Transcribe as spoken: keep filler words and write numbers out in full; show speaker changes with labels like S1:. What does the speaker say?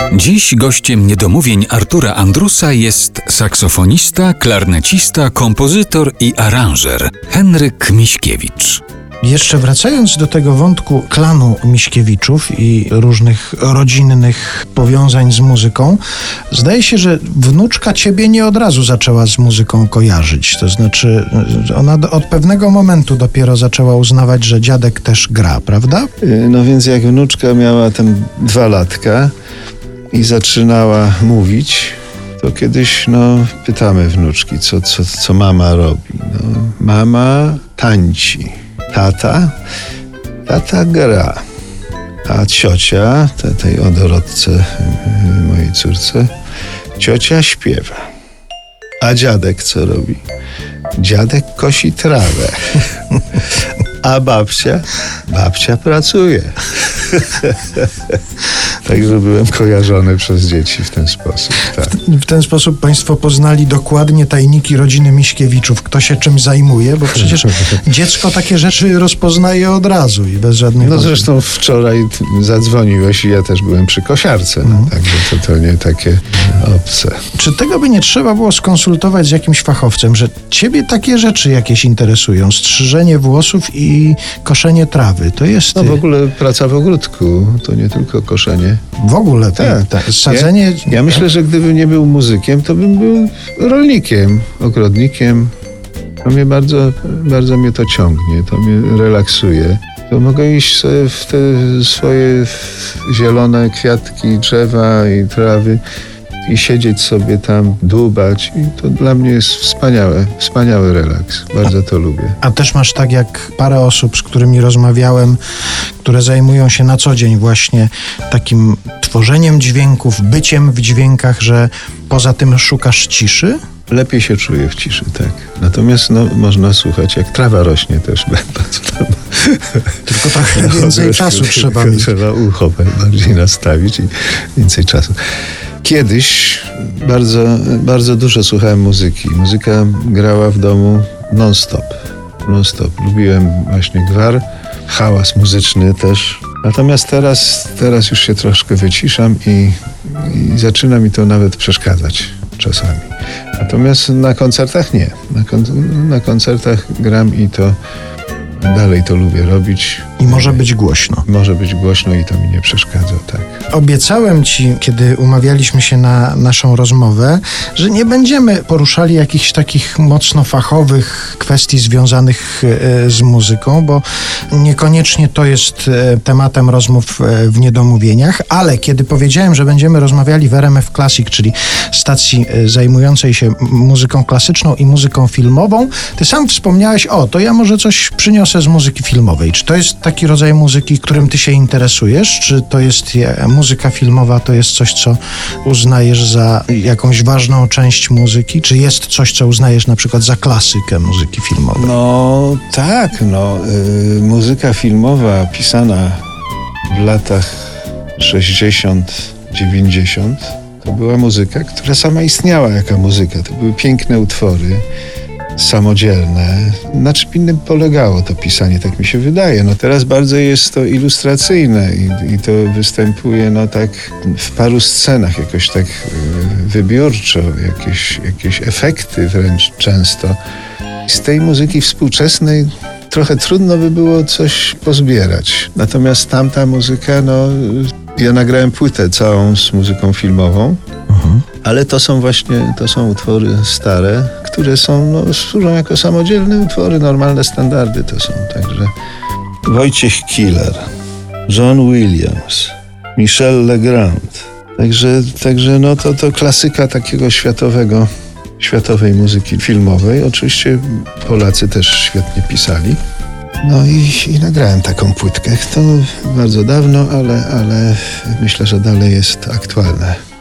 S1: Dziś gościem Niedomówień Artura Andrusa jest saksofonista, klarnecista, kompozytor i aranżer Henryk Miśkiewicz.
S2: Jeszcze wracając do tego wątku klanu Miśkiewiczów i różnych rodzinnych powiązań z muzyką, zdaje się, że wnuczka ciebie nie od razu zaczęła z muzyką kojarzyć. To znaczy, ona od pewnego momentu dopiero zaczęła uznawać, że dziadek też gra, prawda?
S3: No więc jak wnuczka miała tam dwa latka i zaczynała mówić, to kiedyś no, pytamy wnuczki, co, co, co mama robi. No, mama tańci. Tata? Tata gra. A ciocia, te, tej odorodce, mojej córce, ciocia śpiewa. A dziadek co robi? Dziadek kosi trawę. A babcia? Babcia pracuje. Także byłem kojarzony przez dzieci w ten sposób. Tak.
S2: W, w ten sposób państwo poznali dokładnie tajniki rodziny Miśkiewiczów, kto się czym zajmuje, bo przecież dziecko takie rzeczy rozpoznaje od razu i bez żadnych...
S3: No zresztą wczoraj zadzwoniłeś i ja też byłem przy kosiarce, no, mhm. Także to, to nie takie obce.
S2: Czy tego by nie trzeba było skonsultować z jakimś fachowcem, że ciebie takie rzeczy jakieś interesują? Strzyżenie włosów i koszenie trawy, to jest...
S3: No w ogóle praca w ogródku, to nie tylko koszenie.
S2: W ogóle,
S3: tak.
S2: tak. Sadzenie...
S3: Ja, ja myślę, że gdybym nie był muzykiem, to bym był rolnikiem, ogrodnikiem. To mnie bardzo, bardzo mnie to ciągnie, to mnie relaksuje. To mogę iść sobie w te swoje zielone kwiatki, drzewa i trawy i siedzieć sobie tam, dłubać. I to dla mnie jest wspaniałe, wspaniały relaks. Bardzo to lubię.
S2: A też masz tak jak parę osób, z którymi rozmawiałem, które zajmują się na co dzień właśnie takim tworzeniem dźwięków, byciem w dźwiękach, że poza tym szukasz ciszy?
S3: Lepiej się czuję w ciszy, tak. Natomiast no, można słuchać, jak trawa rośnie też będąc tam.
S2: Tylko trochę więcej no, czasu trzeba mieć.
S3: Trzeba ucho bardziej nastawić i więcej czasu. Kiedyś bardzo, bardzo dużo słuchałem muzyki. Muzyka grała w domu non-stop. Non-stop. Lubiłem właśnie gwar, hałas muzyczny też. Natomiast teraz, teraz już się troszkę wyciszam i, i zaczyna mi to nawet przeszkadzać czasami. Natomiast na koncertach nie. Na, kon- na koncertach gram i to dalej to lubię robić.
S2: I może być głośno.
S3: Może być głośno i to mi nie przeszkadza, tak.
S2: Obiecałem ci, kiedy umawialiśmy się na naszą rozmowę, że nie będziemy poruszali jakichś takich mocno fachowych kwestii związanych e, z muzyką, bo niekoniecznie to jest e, tematem rozmów e, w Niedomówieniach, ale kiedy powiedziałem, że będziemy rozmawiali w R M F Classic, czyli stacji e, zajmującej się muzyką klasyczną i muzyką filmową, ty sam wspomniałeś, o, to ja może coś przyniosę z muzyki filmowej. Czy to jest taki rodzaj muzyki, którym ty się interesujesz? Czy to jest muzyka filmowa, to jest coś, co uznajesz za jakąś ważną część muzyki? Czy jest coś, co uznajesz na przykład za klasykę muzyki filmowej?
S3: No tak, no. Yy, muzyka filmowa pisana w latach sześćdziesiątym dziewięćdziesiątym to była muzyka, która sama istniała jako muzyka. To były piękne utwory. Samodzielne. Na czym innym polegało to pisanie, tak mi się wydaje. No teraz bardzo jest to ilustracyjne i, i to występuje no tak w paru scenach jakoś tak wybiórczo, jakieś, jakieś efekty wręcz często. Z tej muzyki współczesnej trochę trudno by było coś pozbierać. Natomiast tamta muzyka, no ja nagrałem płytę całą z muzyką filmową. Mhm. Ale to są właśnie, to są utwory stare, które są, no, służą jako samodzielne utwory, normalne standardy to są. Także Wojciech Killer, John Williams, Michel Legrand. Także, także no to, to klasyka takiego światowego, światowej muzyki filmowej. Oczywiście Polacy też świetnie pisali. No i, i nagrałem taką płytkę. To bardzo dawno, ale, ale myślę, że dalej jest aktualne.